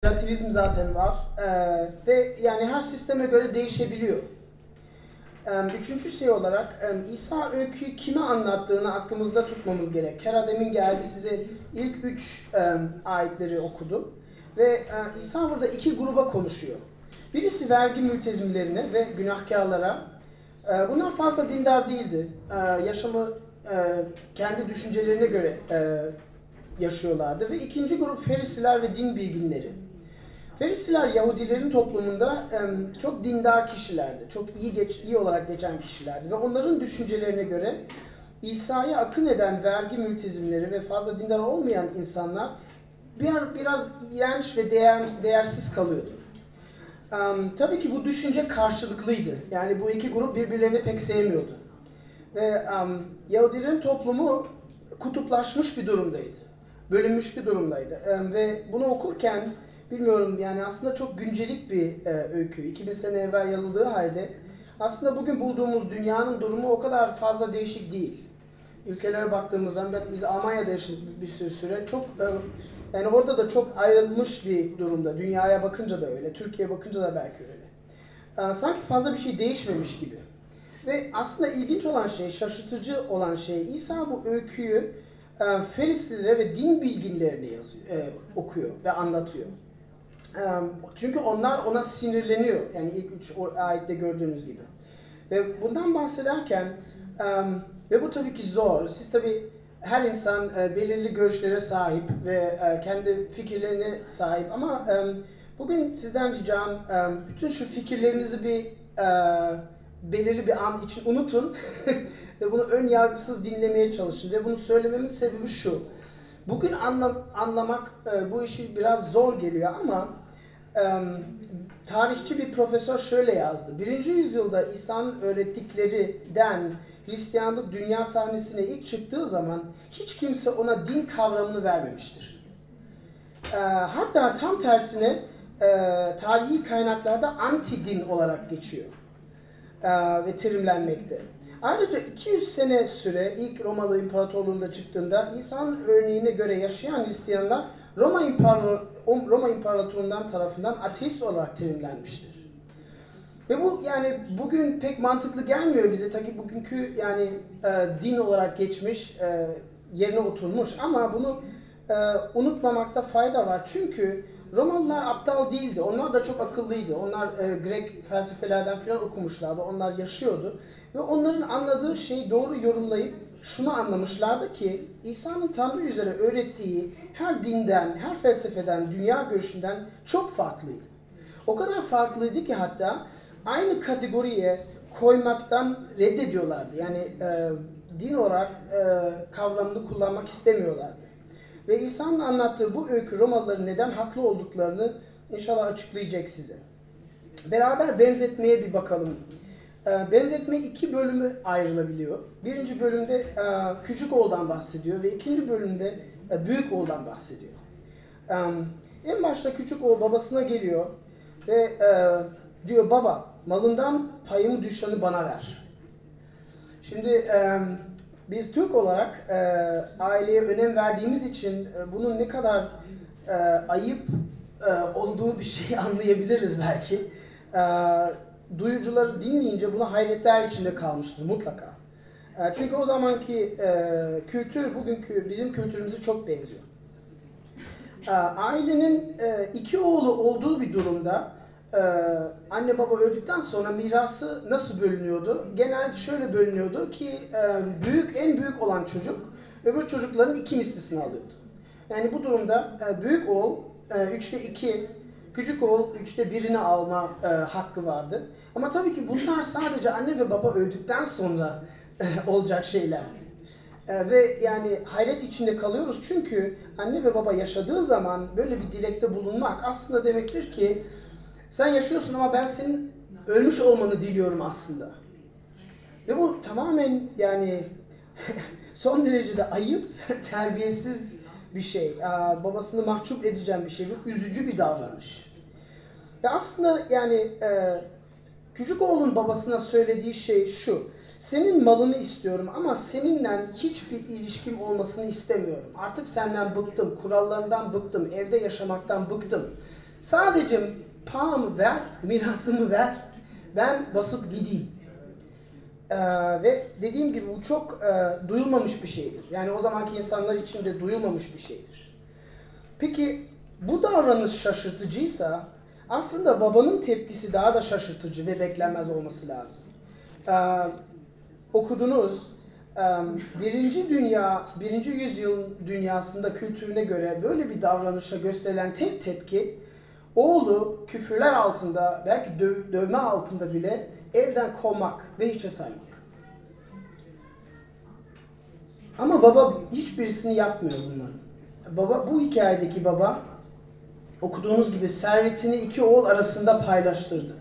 Relativizm zaten var. Ve yani her sisteme göre değişebiliyor. Üçüncü şey olarak İsa öyküyü kime anlattığını aklımızda tutmamız gerek. Kera demin geldi size ilk üç ayetleri okudu. Ve İsa burada iki gruba konuşuyor. Birisi vergi mültezimlerine ve günahkarlara. Bunlar fazla dindar değildi. Yaşamı kendi düşüncelerine göre yaşıyorlardı. Ve ikinci grup Ferisiler ve din bilginleri. Ferisiler Yahudilerin toplumunda çok dindar kişilerdi. Çok iyi olarak geçen kişilerdi. Ve onların düşüncelerine göre İsa'ya akın eden vergi mültezimleri ve fazla dindar olmayan insanlar biraz iğrenç ve değersiz kalıyordu. Tabii ki bu düşünce karşılıklıydı. Yani bu iki grup birbirlerini pek sevmiyordu. Ve Yahudilerin toplumu kutuplaşmış bir durumdaydı. Bölünmüş bir durumdaydı. Ve bunu okurken bilmiyorum yani aslında çok güncelik bir öykü. 2000 sene evvel yazıldığı halde aslında bugün bulduğumuz dünyanın durumu o kadar fazla değişik değil. Ülkelere baktığımızda biz Almanya'da yaşadık bir süre çok yani orada da çok ayrılmış bir durumda. Dünyaya bakınca da öyle, Türkiye'ye bakınca da belki öyle. Sanki fazla bir şey değişmemiş gibi. Ve aslında ilginç olan şey, şaşırtıcı olan şey İsa bu öyküyü Farisilere ve din bilginlerine okuyor ve anlatıyor. Çünkü onlar ona sinirleniyor. Yani ilk üç ayette gördüğünüz gibi. Ve bundan bahsederken ve bu tabii ki zor. Siz tabii her insan belirli görüşlere sahip ve kendi fikirlerine sahip ama bugün sizden ricam bütün şu fikirlerinizi belirli bir an için unutun ve bunu ön yargısız dinlemeye çalışın. Ve bunu söylememin sebebi şu. Bugün anlamak bu işi biraz zor geliyor ama tarihçi bir profesör şöyle yazdı. 1. yüzyılda İsa'nın öğrettiklerinden Hristiyanlık dünya sahnesine ilk çıktığı zaman hiç kimse ona din kavramını vermemiştir. Hatta tam tersine tarihi kaynaklarda anti-din olarak geçiyor ve terimlenmekte. Ayrıca 200 sene süre ilk Romalı İmparatorluğu'nda çıktığında İsa'nın örneğine göre yaşayan Hristiyanlar Roma İmparatorluğu'ndan tarafından ateist olarak terimlenmiştir. Ve bu yani bugün pek mantıklı gelmiyor bize. Tabii bugünkü yani din olarak geçmiş, yerine oturmuş ama bunu unutmamakta fayda var. Çünkü Romalılar aptal değildi. Onlar da çok akıllıydı. Onlar Grek felsefelerden filan okumuşlardı. Onlar yaşıyordu. Ve onların anladığı şeyi doğru yorumlayıp şunu anlamışlardı ki İsa'nın Tanrı üzere öğrettiği her dinden, her felsefeden, dünya görüşünden çok farklıydı. O kadar farklıydı ki hatta aynı kategoriye koymaktan reddediyorlardı. Yani din olarak kavramını kullanmak istemiyorlardı. Ve İsa'nın anlattığı bu öykü Romalıların neden haklı olduklarını inşallah açıklayacak size. Beraber benzetmeye bir bakalım. Benzetme iki bölümü ayrılabiliyor. Birinci bölümde küçük oğuldan bahsediyor ve ikinci bölümde büyük oğuldan bahsediyor. En başta küçük oğul babasına geliyor ve diyor baba malından payımı düşeni bana ver. Şimdi biz Türk olarak aileye önem verdiğimiz için bunun ne kadar ayıp olduğu bir şey anlayabiliriz belki. Duyucuları dinleyince buna hayretler içinde kalmıştır mutlaka. Çünkü o zamanki kültür bugünkü bizim kültürümüze çok benziyor. Ailenin iki oğlu olduğu bir durumda anne baba öldükten sonra mirası nasıl bölünüyordu? Genelde şöyle bölünüyordu ki en büyük olan çocuk öbür çocukların 2 mislisini alıyordu. Yani bu durumda büyük oğul 3'te 2, küçük oğul 3'te 1'ini alma hakkı vardı. Ama tabii ki bunlar sadece anne ve baba öldükten sonra olacak şeylerdi. Ve yani hayret içinde kalıyoruz çünkü anne ve baba yaşadığı zaman böyle bir dilekte bulunmak aslında demektir ki sen yaşıyorsun ama ben senin ölmüş olmanı diliyorum aslında. Ve bu tamamen yani son derecede ayıp, terbiyesiz bir şey. Babasını mahcup edeceğim bir şey ve üzücü bir davranış. Ve aslında yani küçük oğlun babasına söylediği şey şu. Senin malını istiyorum ama seninle hiçbir ilişkim olmasını istemiyorum. Artık senden bıktım, kurallarından bıktım, evde yaşamaktan bıktım. Sadece paramı ver, mirasımı ver, ben basıp gideyim. Ve dediğim gibi bu çok duyulmamış bir şeydir. Yani o zamanki insanlar için de duyulmamış bir şeydir. Peki bu davranış şaşırtıcıysa aslında babanın tepkisi daha da şaşırtıcı ve beklenmez olması lazım. Okudunuz, birinci yüzyıl dünyasında kültürüne göre böyle bir davranışa gösterilen tek tepki, oğlu küfürler altında, belki dövme altında bile evden kovmak ve hiçe saymak. Ama baba hiçbirisini yapmıyor bunları. Bu hikayedeki baba, okuduğunuz gibi servetini iki oğul arasında paylaştırdı.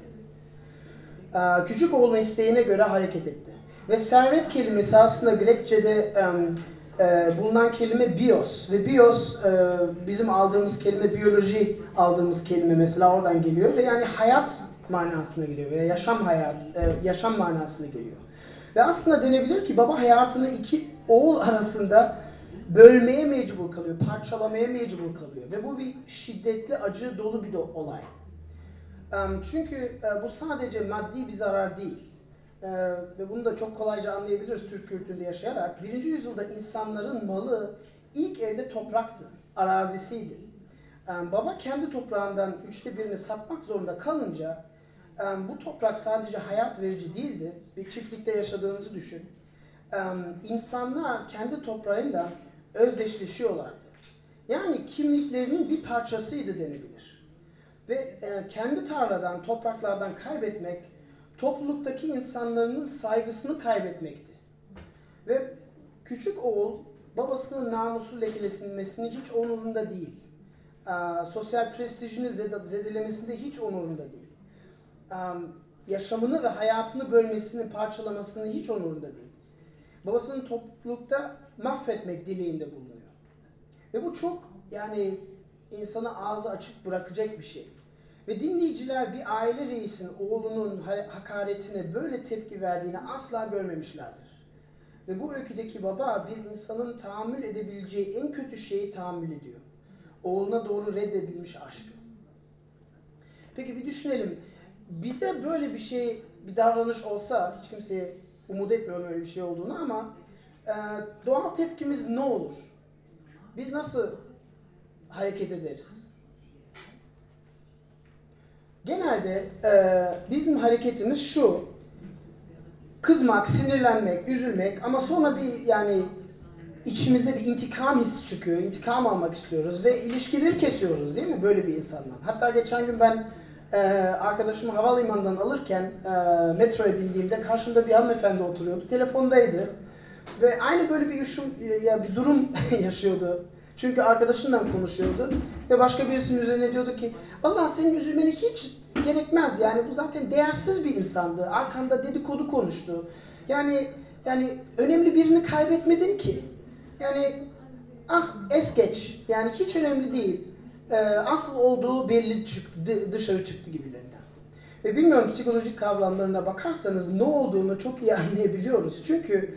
Küçük oğlun isteğine göre hareket etti. Ve servet kelimesi aslında Grekçe'de bulunan kelime bios. Ve bios bizim aldığımız kelime, biyoloji aldığımız kelime mesela oradan geliyor. Ve yani hayat manasına geliyor veya yaşam manasına geliyor. Ve aslında denebilir ki baba hayatını iki oğul arasında bölmeye mecbur kalıyor, parçalamaya mecbur kalıyor. Ve bu bir şiddetli, acı dolu bir olay. Çünkü bu sadece maddi bir zarar değil. Ve bunu da çok kolayca anlayabiliriz Türk kültüründe yaşayarak. Birinci yüzyılda insanların malı ilk evde topraktı, arazisiydi. Baba kendi toprağından 1/3'ünü satmak zorunda kalınca bu toprak sadece hayat verici değildi. Bir çiftlikte yaşadığınızı düşün. İnsanlar kendi toprağıyla özdeşleşiyorlardı. Yani kimliklerinin bir parçasıydı denebilir. Ve kendi tarladan, topraklardan kaybetmek, topluluktaki insanların saygısını kaybetmekti. Ve küçük oğul babasının namusu lekelenmesini hiç onurunda değil. Sosyal prestijini zedelemesinde hiç onurunda değil. Yaşamını ve hayatını bölmesini, parçalamasını hiç onurunda değil. Babasının toplulukta mahvetmek dileğinde bulunuyor. Ve bu çok yani insanı ağzı açık bırakacak bir şey. Ve dinleyiciler bir aile reisinin oğlunun hakaretine böyle tepki verdiğini asla görmemişlerdir. Ve bu öyküdeki baba bir insanın tahammül edebileceği en kötü şeyi tahammül ediyor. Oğluna doğru reddedilmiş aşkı. Peki bir düşünelim. Bize böyle bir davranış olsa, hiç kimseye umut etmiyorum öyle bir şey olduğunu ama doğal tepkimiz ne olur? Biz nasıl hareket ederiz? Genelde bizim hareketimiz şu: kızmak, sinirlenmek, üzülmek ama sonra içimizde bir intikam hissi çıkıyor. İntikam almak istiyoruz ve ilişkileri kesiyoruz değil mi böyle bir insandan? Hatta geçen gün ben arkadaşımı havalimanından alırken metroya bindiğimde karşımda bir hanımefendi oturuyordu. Telefondaydı ve aynı böyle bir durum yaşıyordu. Çünkü arkadaşından konuşuyordu ve başka birisinin üzerine diyordu ki Allah senin üzülmeni hiç gerekmez yani bu zaten değersiz bir insandı. Arkanda dedikodu konuştu. Yani önemli birini kaybetmedin ki. Yani es geç. Yani hiç önemli değil. Asıl olduğu belli çıktı, dışarı çıktı gibilerinden. Ve bilmiyorum psikolojik kavramlarına bakarsanız ne olduğunu çok iyi anlayabiliyoruz. Çünkü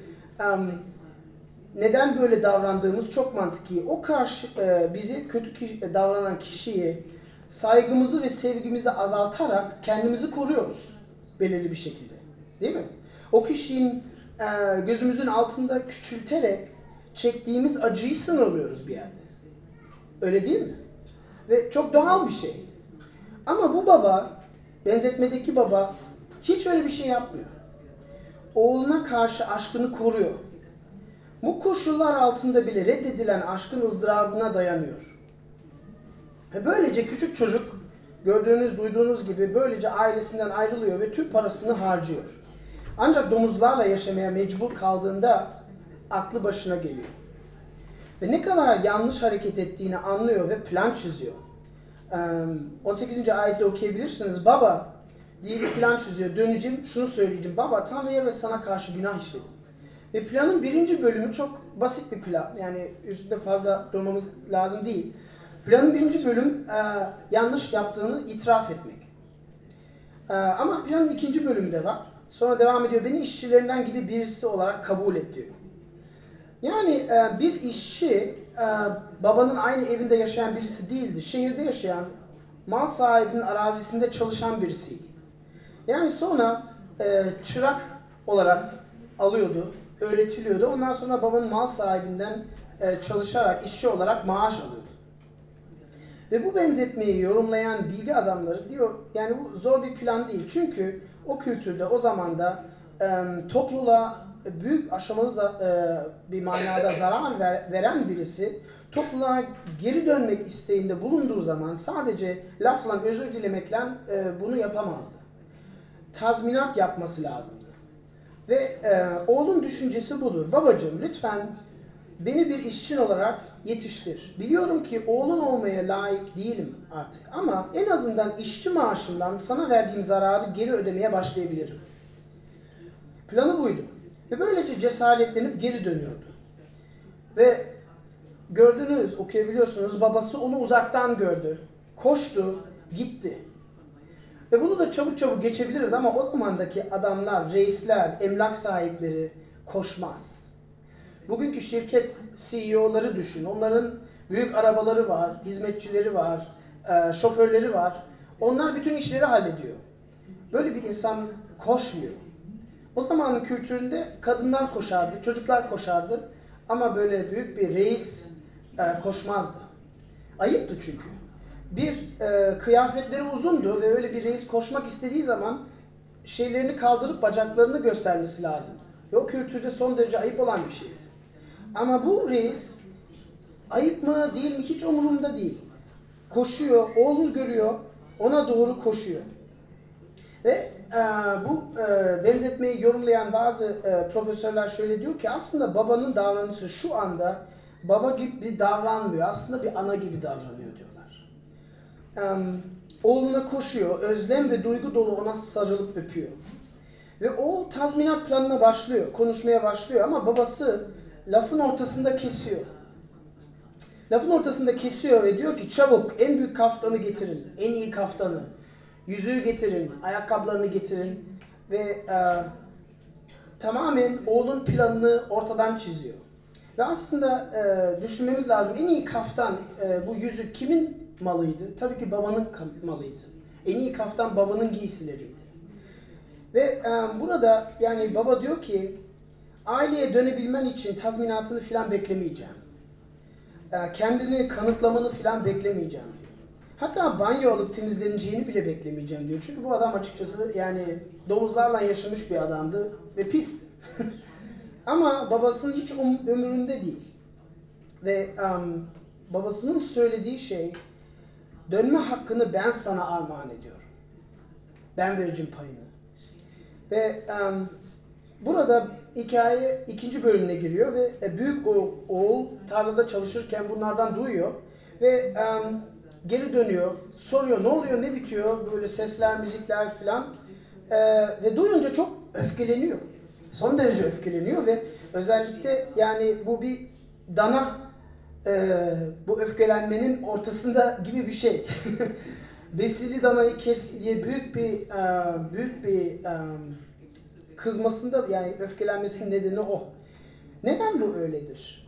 neden böyle davrandığımız çok mantıklı. Bizi kötü davranan kişiye saygımızı ve sevgimizi azaltarak kendimizi koruyoruz belirli bir şekilde. Değil mi? O kişinin gözümüzün altında küçülterek çektiğimiz acıyı sınırlıyoruz bir yerde. Öyle değil mi? Ve çok doğal bir şey. Ama bu baba, benzetmedeki baba hiç öyle bir şey yapmıyor. Oğluna karşı aşkını koruyor. Bu koşullar altında bile reddedilen aşkın ızdırabına dayanıyor. Ve böylece küçük çocuk, duyduğunuz gibi böylece ailesinden ayrılıyor ve tüm parasını harcıyor. Ancak domuzlarla yaşamaya mecbur kaldığında aklı başına geliyor. Ve ne kadar yanlış hareket ettiğini anlıyor ve plan çiziyor. 18. ayette okuyabilirsiniz. Baba diye bir plan çiziyor. Döneceğim, şunu söyleyeceğim. Baba Tanrı'ya ve sana karşı günah işledim. Ve planın 1. bölümü çok basit bir plan. Yani üstünde fazla durmamız lazım değil. Planın 1. bölüm yanlış yaptığını itiraf etmek. Ama planın 2. bölümü de var. Sonra devam ediyor. Beni işçilerinden gibi birisi olarak kabul et diyor. Yani bir işçi babanın aynı evinde yaşayan birisi değildi. Şehirde yaşayan mal sahibinin arazisinde çalışan birisiydi. Yani sonra çırak olarak alıyordu, öğretiliyordu. Ondan sonra babanın mal sahibinden çalışarak, işçi olarak maaş alıyordu. Ve bu benzetmeyi yorumlayan bilgi adamları diyor, yani bu zor bir plan değil. Çünkü o kültürde, o zamanda topluluğa büyük aşamalı bir manada zarar veren birisi topluluğa geri dönmek isteğinde bulunduğu zaman sadece lafla, özür dilemekle bunu yapamazdı. Tazminat yapması lazımdı. Ve oğlun düşüncesi budur. Babacığım lütfen beni bir işçin olarak yetiştir. Biliyorum ki oğlun olmaya layık değilim artık ama en azından işçi maaşından sana verdiğim zararı geri ödemeye başlayabilirim. Planı buydu. Ve böylece cesaretlenip geri dönüyordu. Ve gördünüz, okuyabiliyorsunuz, babası onu uzaktan gördü. Koştu, gitti. Ve bunu da çabuk çabuk geçebiliriz ama o zamandaki adamlar, reisler, emlak sahipleri koşmaz. Bugünkü şirket CEO'ları düşün. Onların büyük arabaları var, hizmetçileri var, şoförleri var. Onlar bütün işleri hallediyor. Böyle bir insan koşmuyor. O zamanın kültüründe kadınlar koşardı, çocuklar koşardı ama böyle büyük bir reis koşmazdı. Ayıptı çünkü. Kıyafetleri uzundu ve öyle bir reis koşmak istediği zaman şeylerini kaldırıp bacaklarını göstermesi lazım. Ve o kültürde son derece ayıp olan bir şeydi. Ama bu reis ayıp mı değil mi hiç umurumda değil. Koşuyor, oğlunu görüyor, ona doğru koşuyor. Ve bu benzetmeyi yorumlayan bazı profesörler şöyle diyor ki aslında babanın davranışı şu anda baba gibi davranmıyor. Aslında bir ana gibi davranıyor diyorlar. Oğluna koşuyor, özlem ve duygu dolu ona sarılıp öpüyor. Ve oğul tazminat planına başlıyor, konuşmaya başlıyor ama babası lafın ortasında kesiyor. Lafın ortasında kesiyor ve diyor ki çabuk en büyük kaftanı getirin, en iyi kaftanı. Yüzüğü getirin, ayakkabılarını getirin ve tamamen oğlun planını ortadan çiziyor. Ve aslında düşünmemiz lazım. En iyi kaftan, bu yüzük kimin malıydı? Tabii ki babanın malıydı. En iyi kaftan babanın giysileriydi. Ve burada yani baba diyor ki aileye dönebilmen için tazminatını filan beklemeyeceğim. Kendini kanıtlamanı filan beklemeyeceğim diyor. Hatta banyo alıp temizleneceğini bile beklemeyeceğim diyor. Çünkü bu adam açıkçası yani domuzlarla yaşamış bir adamdı ve pisti. Ama babasının hiç ömründe değil. Ve babasının söylediği şey dönme hakkını ben sana armağan ediyorum. Ben vereceğim payını. Ve burada hikaye ikinci bölümüne giriyor ve büyük oğul tarlada çalışırken bunlardan duyuyor ve geri dönüyor, soruyor ne oluyor, ne bitiyor, böyle sesler, müzikler filan ve duyunca çok öfkeleniyor. Son derece öfkeleniyor ve özellikle yani bu bir dana bu öfkelenmenin ortasında gibi bir şey. Vesili danayı kesti diye büyük bir kızmasında yani öfkelenmesinin nedeni o. Neden bu öyledir?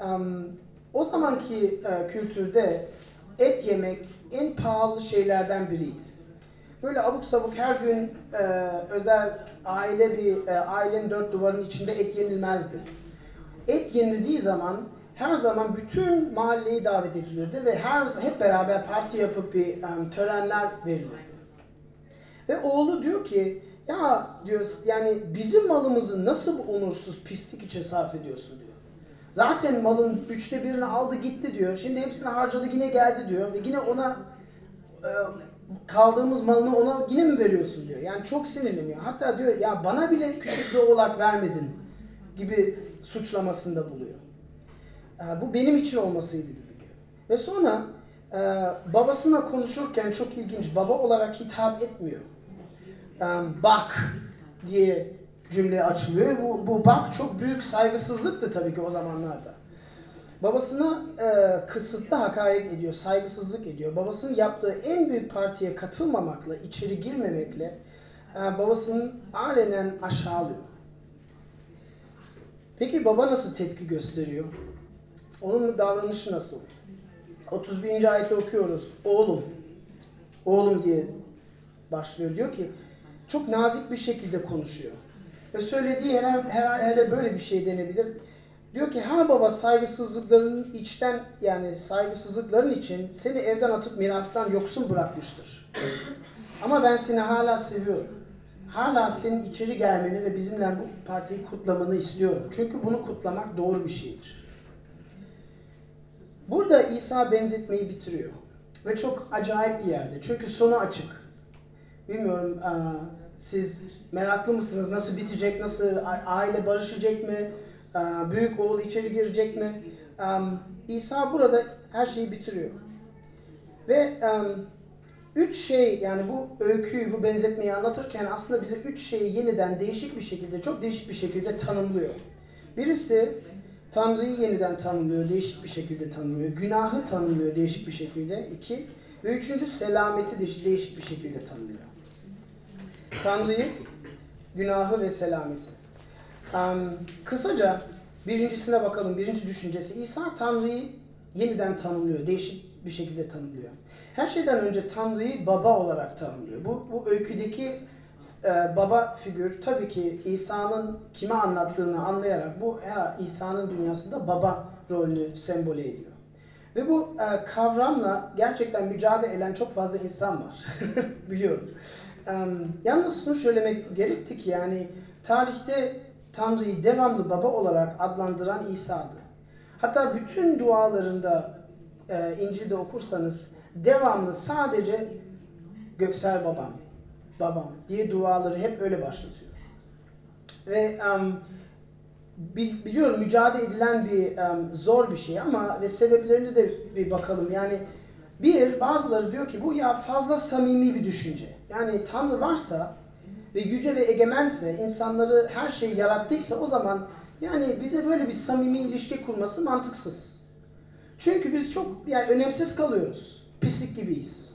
O zamanki kültürde et yemek en pahalı şeylerden biriydi. Böyle abuk sabuk her gün özel ailenin dört duvarın içinde et yenilmezdi. Et yenildiği zaman her zaman bütün mahalleyi davet edilirdi ve hep beraber parti yapıp bir törenler verilirdi. Ve oğlu diyor ki ya diyor yani bizim malımızı nasıl bu onursuz pislik için sarf ediyorsun diyor. Zaten malın 1/3'ünü aldı gitti diyor. Şimdi hepsini harcadı yine geldi diyor ve yine ona kaldığımız malını ona yine mi veriyorsun diyor. Yani çok sinirleniyor. Hatta diyor ya bana bile küçük bir oğlak vermedin gibi suçlamasında buluyor. Bu benim için olmasıydı diyor. Ve sonra babasına konuşurken çok ilginç baba olarak hitap etmiyor. Bak diye cümle açılıyor. Bu bak çok büyük saygısızlıktı tabii ki o zamanlarda. Babasına kısıtlı hakaret ediyor, saygısızlık ediyor. Babasının yaptığı en büyük partiye katılmamakla, içeri girmemekle babasının alenen aşağılıyor. Peki baba nasıl tepki gösteriyor? Onun davranışı nasıl? 31. ayette okuyoruz. Oğlum, Oğlum diye başlıyor. Diyor ki çok nazik bir şekilde konuşuyor. Ve söylediği herhalde böyle bir şey denebilir. Diyor ki her baba saygısızlıkların saygısızlıkların için seni evden atıp mirastan yoksun bırakmıştır. Ama ben seni hala seviyorum. Hala senin içeri gelmeni ve bizimle bu partiyi kutlamanı istiyorum. Çünkü bunu kutlamak doğru bir şeydir. Burada İsa benzetmeyi bitiriyor. Ve çok acayip bir yerde. Çünkü sonu açık. Bilmiyorum siz meraklı mısınız? Nasıl bitecek? Nasıl aile barışacak mı? Büyük oğul içeri girecek mi? İsa burada her şeyi bitiriyor. Ve üç şey, yani bu öyküyü, bu benzetmeyi anlatırken aslında bize üç şeyi yeniden çok değişik bir şekilde tanımlıyor. Birisi Tanrı'yı yeniden tanımlıyor, değişik bir şekilde tanımlıyor. Günahı tanımlıyor değişik bir şekilde. İki. Ve üçüncü selameti değişik bir şekilde tanımlıyor. Tanrı'yı, günahı ve selameti. Kısaca birincisine bakalım. Birinci düşüncesi. İsa Tanrı'yı yeniden tanımlıyor. Değişik bir şekilde tanımlıyor. Her şeyden önce Tanrı'yı baba olarak tanımlıyor. Bu öyküdeki baba figür tabii ki İsa'nın kime anlattığını anlayarak bu İsa'nın dünyasında baba rolünü sembole ediyor. Ve bu kavramla gerçekten mücadele eden çok fazla insan var. Biliyorum. Yalnız şunu söylemek gerekti ki yani tarihte Tanrı'yı devamlı baba olarak adlandıran İsa'dı. Hatta bütün dualarında İncil'de okursanız devamlı sadece göksel babam diye duaları hep öyle başlatıyor. Ve biliyorum mücadele edilen bir zor bir şey ama ve sebeplerini de bir bakalım. Yani bazıları diyor ki bu ya fazla samimi bir düşünce. Yani Tanrı varsa ve yüce ve egemense, insanları her şeyi yarattıysa o zaman yani bize böyle bir samimi ilişki kurması mantıksız. Çünkü biz çok önemsiz kalıyoruz. Pislik gibiyiz.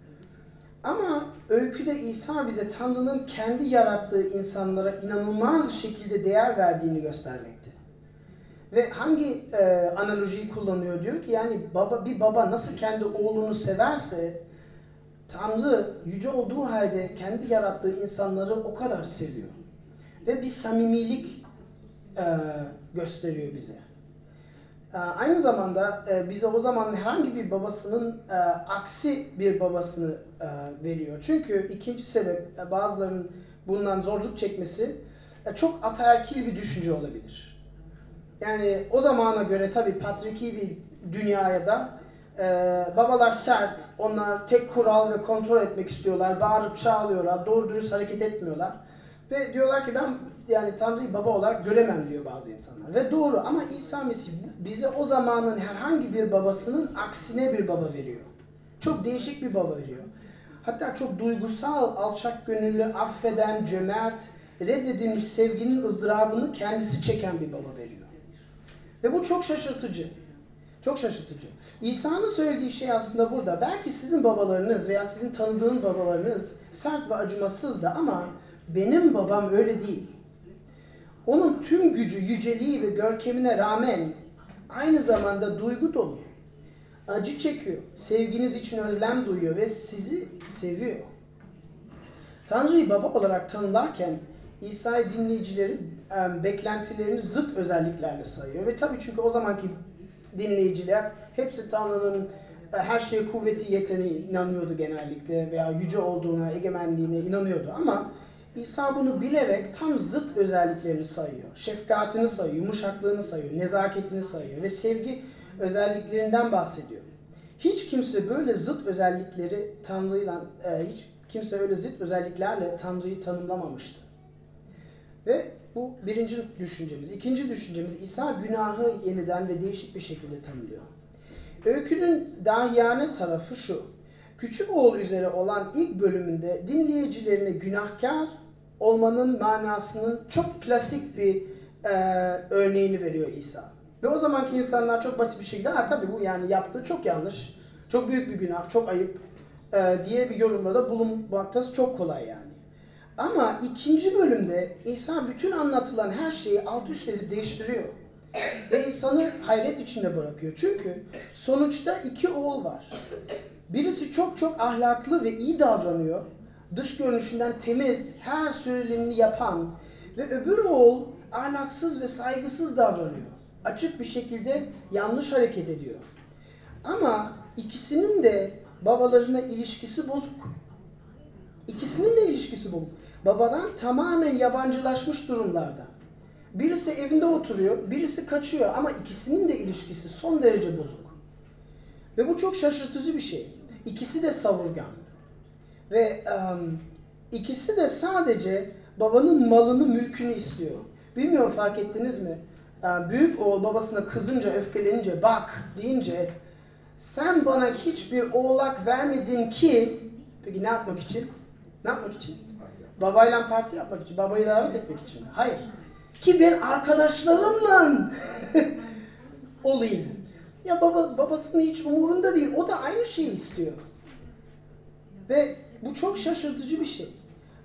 Ama öyküde İsa bize Tanrı'nın kendi yarattığı insanlara inanılmaz şekilde değer verdiğini göstermekte. Ve hangi analojiyi kullanıyor? Diyor ki yani bir baba nasıl kendi oğlunu severse Tanrı yüce olduğu halde kendi yarattığı insanları o kadar seviyor. Ve bir samimilik gösteriyor bize. Aynı zamanda bize o zaman herhangi bir babasının aksi bir babasını veriyor. Çünkü ikinci sebep bazılarının bundan zorluk çekmesi çok ataerkil bir düşünce olabilir. Yani o zamana göre tabii patriki bir dünyaya da babalar sert, onlar tek kural ve kontrol etmek istiyorlar, bağırıp çağırıyorlar, doğru dürüst hareket etmiyorlar. Ve diyorlar ki ben yani Tanrı'yı baba olarak göremem diyor bazı insanlar. Ve doğru ama İsa Mesih bize o zamanın herhangi bir babasının aksine bir baba veriyor. Çok değişik bir baba veriyor. Hatta çok duygusal, alçak gönüllü, affeden, cömert, reddedilmiş sevginin ızdırabını kendisi çeken bir baba veriyor. Ve bu çok şaşırtıcı. Çok şaşırtıcı. İsa'nın söylediği şey aslında burada. Belki sizin babalarınız veya sizin tanıdığın babalarınız sert ve acımasız da ama benim babam öyle değil. Onun tüm gücü, yüceliği ve görkemine rağmen aynı zamanda duygu dolu. Acı çekiyor, sevginiz için özlem duyuyor ve sizi seviyor. Tanrı'yı baba olarak tanımlarken İsa'yı dinleyicilerin beklentilerini zıt özelliklerle sayıyor. Ve tabii çünkü o zamanki dinleyiciler hepsi Tanrı'nın her şeye kuvveti, yeteneği inanıyordu genellikle veya yüce olduğuna, egemenliğine inanıyordu ama İsa bunu bilerek tam zıt özelliklerini sayıyor. Şefkatini sayıyor, yumuşaklığını sayıyor, nezaketini sayıyor ve sevgi özelliklerinden bahsediyor. Hiç kimse böyle zıt özelliklerle Tanrı'yı tanımlamamıştı. Ve bu birinci düşüncemiz. İkinci düşüncemiz İsa günahı yeniden ve değişik bir şekilde tanımlıyor. Öykünün dahiyane tarafı şu. Küçük oğul üzere olan ilk bölümünde dinleyicilerine günahkar olmanın manasının çok klasik bir örneğini veriyor İsa. Ve o zamanki insanlar çok basit bir şekilde tabii bu yani yaptığı çok yanlış, çok büyük bir günah, çok ayıp diye bir yorumda da bulunmakta çok kolay yani. Ama ikinci bölümde İsa bütün anlatılan her şeyi alt üst edip değiştiriyor. Ve insanı hayret içinde bırakıyor. Çünkü sonuçta iki oğul var. Birisi çok çok ahlaklı ve iyi davranıyor. Dış görünüşünden temiz, her söyleneni yapan ve öbür oğul ahlaksız ve saygısız davranıyor. Açık bir şekilde yanlış hareket ediyor. Ama ikisinin de babalarına ilişkisi bozuk. İkisinin de ilişkisi bozuk. Babadan tamamen yabancılaşmış durumlarda. Birisi evinde oturuyor, birisi kaçıyor ama ikisinin de ilişkisi son derece bozuk. Ve bu çok şaşırtıcı bir şey. İkisi de savurgan. Ve ikisi de sadece babanın malını, mülkünü istiyor. Bilmiyorum fark ettiniz mi? Büyük oğul babasına kızınca, öfkelenince, bak deyince sen bana hiçbir oğlak vermedin ki, peki ne yapmak için? Ne yapmak için? Babayla parti yapmak için, babayı davet etmek için. Hayır. Ki ben arkadaşlarımla olayım. Ya babasının hiç umurunda değil. O da aynı şeyi istiyor. Ve bu çok şaşırtıcı bir şey.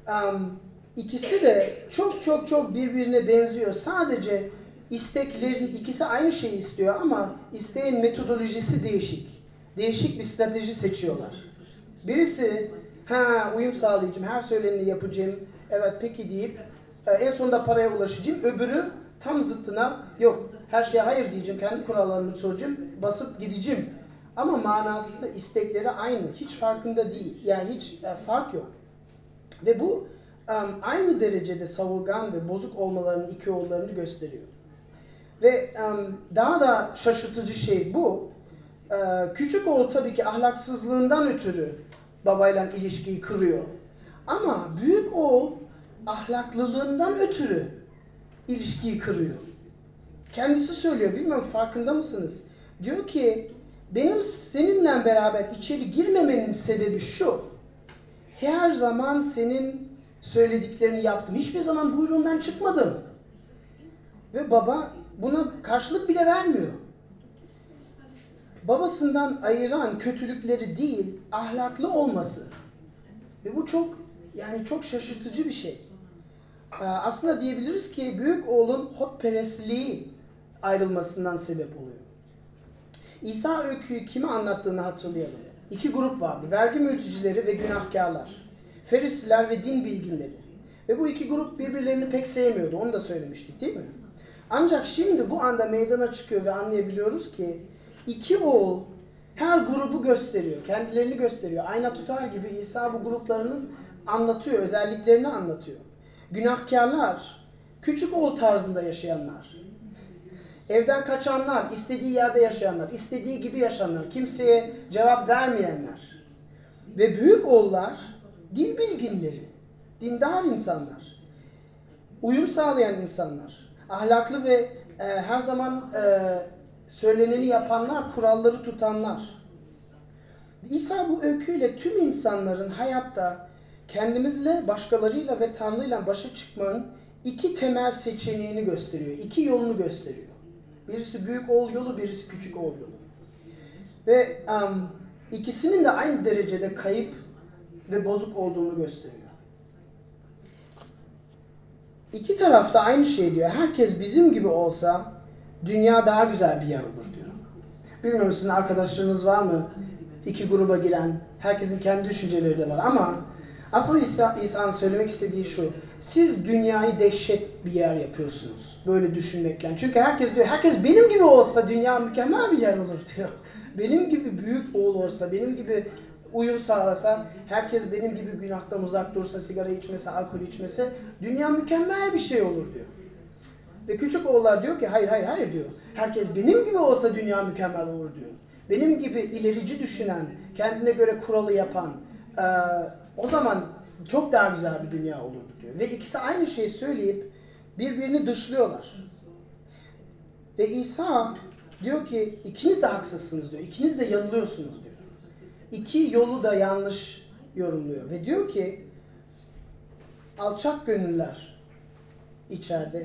İkisi de çok çok çok birbirine benziyor. Sadece isteklerin ikisi aynı şeyi istiyor ama isteğin metodolojisi değişik. Değişik bir strateji seçiyorlar. Birisi uyum sağlayacağım, her söyleneni yapacağım, evet peki deyip en sonunda paraya ulaşacağım. Öbürü tam zıttına yok, her şeye hayır diyeceğim, kendi kurallarımı soracağım, basıp gideceğim. Ama manasında istekleri aynı, hiç farkında değil, yani hiç fark yok. Ve bu aynı derecede savurgan ve bozuk olmalarının iki oğullarını gösteriyor. Ve daha da şaşırtıcı şey bu, küçük oğul tabii ki ahlaksızlığından ötürü babayla ilişkiyi kırıyor. Ama büyük oğul ahlaklılığından ötürü ilişkiyi kırıyor. Kendisi söylüyor, bilmiyorum farkında mısınız? Diyor ki, benim seninle beraber içeri girmemenin sebebi şu. Her zaman senin söylediklerini yaptım. Hiçbir zaman buyruğundan çıkmadım. Ve baba buna karşılık bile vermiyor. Babasından ayıran kötülükleri değil, ahlaklı olması. Ve bu çok şaşırtıcı bir şey. Aslında diyebiliriz ki büyük oğlun hotperestliği ayrılmasından sebep oluyor. İsa öyküyü kime anlattığını hatırlayalım. İki grup vardı. Vergi mültecileri ve günahkarlar. Ferisiler ve din bilginleri. Ve bu iki grup birbirlerini pek sevmiyordu. Onu da söylemiştik değil mi? Ancak şimdi bu anda meydana çıkıyor ve anlayabiliyoruz ki iki oğul her grubu gösteriyor. Kendilerini gösteriyor. Ayna tutar gibi İsa bu gruplarının anlatıyor. Özelliklerini anlatıyor. Günahkarlar, küçük oğul tarzında yaşayanlar. Evden kaçanlar, istediği yerde yaşayanlar, istediği gibi yaşayanlar, kimseye cevap vermeyenler. Ve büyük oğullar, din bilginleri, dindar insanlar, uyum sağlayan insanlar, ahlaklı ve her zaman söyleneni yapanlar, kuralları tutanlar. İsa bu öyküyle tüm insanların hayatta kendimizle, başkalarıyla ve Tanrı'yla başa çıkmanın iki temel seçeneğini gösteriyor, iki yolunu gösteriyor. Birisi büyük oğul yolu, birisi küçük oğul yolu. Ve ikisinin de aynı derecede kayıp ve bozuk olduğunu gösteriyor. İki taraf da aynı şey diyor. Herkes bizim gibi olsa dünya daha güzel bir yer olur diyor. Bilmiyorum sizin arkadaşlarınız var mı? İki gruba giren, herkesin kendi düşünceleri de var ama aslında İsa'nın söylemek istediği şu. Siz dünyayı dehşet bir yer yapıyorsunuz. Böyle düşünmekle. Çünkü herkes diyor, herkes benim gibi olsa dünya mükemmel bir yer olur diyor. Benim gibi büyük oğul olsa, benim gibi uyum sağlasa, herkes benim gibi günahtan uzak dursa, sigara içmese, alkol içmese, dünya mükemmel bir şey olur diyor. Ve küçük oğullar diyor ki, hayır diyor. Herkes benim gibi olsa dünya mükemmel olur diyor. Benim gibi ilerici düşünen, kendine göre kuralı yapan, o zaman çok daha güzel bir dünya olurdu diyor. Ve ikisi aynı şeyi söyleyip birbirini dışlıyorlar. Ve İsa diyor ki ikiniz de haksızsınız diyor. İkiniz de yanılıyorsunuz diyor. İki yolu da yanlış yorumluyor. Ve diyor ki alçak gönüller içeride,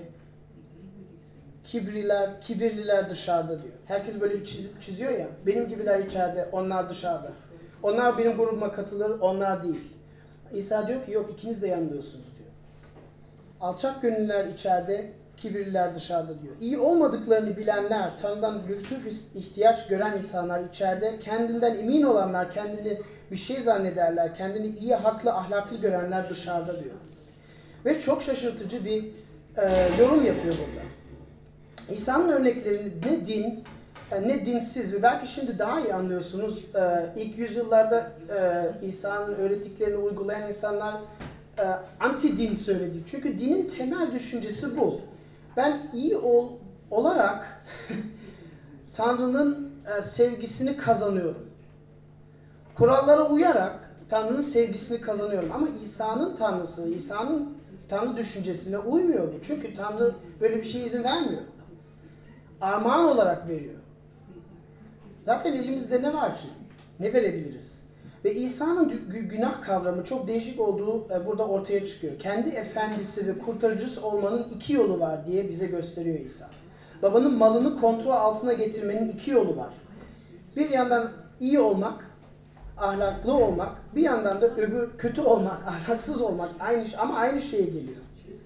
kibirliler dışarıda diyor. Herkes böyle bir çiziyor ya. Benim gibiler içeride, onlar dışarıda. Onlar benim grubuma katılır, onlar değil. İsa diyor ki yok ikiniz de yanılıyorsunuz diyor. Alçak gönüller içeride, kibirliler dışarıda diyor. İyi olmadıklarını bilenler, Tanrı'dan lütuf ihtiyaç gören insanlar içeride, kendinden emin olanlar, kendini bir şey zannederler, kendini iyi, haklı, ahlaklı görenler dışarıda diyor. Ve çok şaşırtıcı bir yorum yapıyor burada. İsa'nın örneklerini ne din, ne dinsiz ve belki şimdi daha iyi anlıyorsunuz. İlk yüzyıllarda İsa'nın öğrettiklerini uygulayan insanlar anti din söyledi. Çünkü dinin temel düşüncesi bu. Ben iyi olarak Tanrı'nın sevgisini kazanıyorum. Kurallara uyarak Tanrı'nın sevgisini kazanıyorum. Ama İsa'nın Tanrısı, İsa'nın Tanrı düşüncesine uymuyor bu. Çünkü Tanrı böyle bir şeye izin vermiyor. Armağan olarak veriyor. Zaten elimizde ne var ki? Ne verebiliriz? Ve İsa'nın günah kavramı çok değişik olduğu burada ortaya çıkıyor. Kendi efendisi ve kurtarıcısı olmanın iki yolu var diye bize gösteriyor İsa. Babanın malını kontrol altına getirmenin iki yolu var. Bir yandan iyi olmak, ahlaklı olmak, bir yandan da öbür kötü olmak, ahlaksız olmak ama aynı şeye geliyor.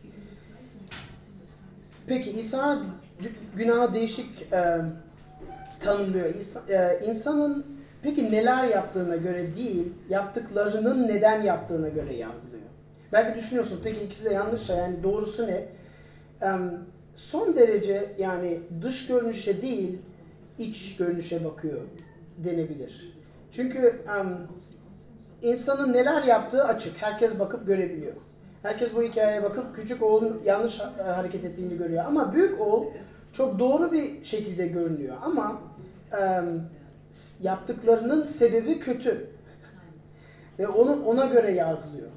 Peki İsa günahı değişik tanımlıyor. İnsanın peki neler yaptığına göre değil, yaptıklarının neden yaptığına göre yargılıyor. Belki düşünüyorsun, peki ikisi de yanlışsa yani doğrusu ne? Son derece yani dış görünüşe değil, iç görünüşe bakıyor denebilir. Çünkü insanın neler yaptığı açık. Herkes bakıp görebiliyor. Herkes bu hikayeye bakıp küçük oğlun yanlış hareket ettiğini görüyor. Ama büyük oğul çok doğru bir şekilde görünüyor. Ama yaptıklarının sebebi kötü. Ve ona göre yargılıyor.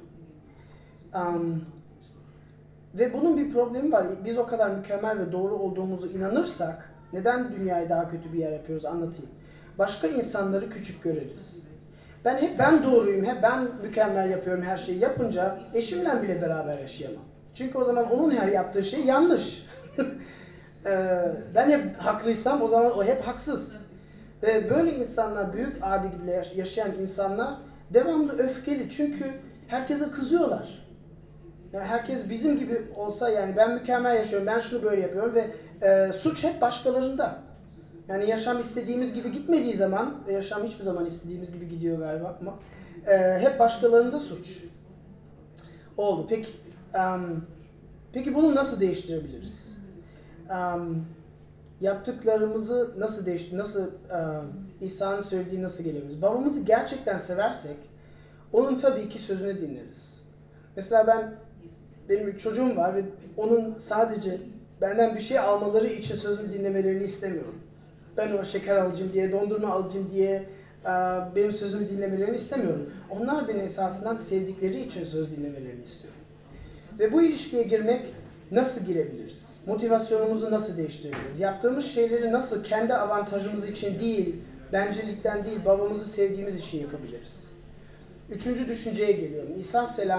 Ve bunun bir problemi var. Biz o kadar mükemmel ve doğru olduğumuzu inanırsak neden dünyayı daha kötü bir yer yapıyoruz anlatayım. Başka insanları küçük görürüz. Ben doğruyum, hep ben mükemmel yapıyorum her şeyi yapınca eşimle bile beraber yaşayamam. Çünkü o zaman onun her yaptığı şey yanlış. Ben hep haklıysam o zaman o hep haksız. Ve böyle insanlar, büyük abi gibi yaşayan insanlar devamlı öfkeli çünkü herkese kızıyorlar. Yani herkes bizim gibi olsa yani ben mükemmel yaşıyorum, ben şunu böyle yapıyorum ve suç hep başkalarında. Yani yaşam istediğimiz gibi gitmediği zaman ve yaşam hiçbir zaman istediğimiz gibi gidiyor galiba ama hep başkalarında suç oldu. Peki bunu nasıl değiştirebiliriz? Yaptıklarımızı nasıl İsa'nın söylediği nasıl gelebiliriz? Babamızı gerçekten seversek onun tabii ki sözünü dinleriz. Mesela benim bir çocuğum var ve onun sadece benden bir şey almaları için sözümü dinlemelerini istemiyorum. Ben ona şeker alacağım diye, dondurma alacağım diye benim sözümü dinlemelerini istemiyorum. Onlar beni esasından sevdikleri için söz dinlemelerini istiyorum. Ve bu ilişkiye girmek nasıl girebiliriz? Motivasyonumuzu nasıl değiştirebiliriz? Yaptığımız şeyleri nasıl kendi avantajımız için değil, bencillikten değil, babamızı sevdiğimiz için yapabiliriz? Üçüncü düşünceye geliyorum. İsa selam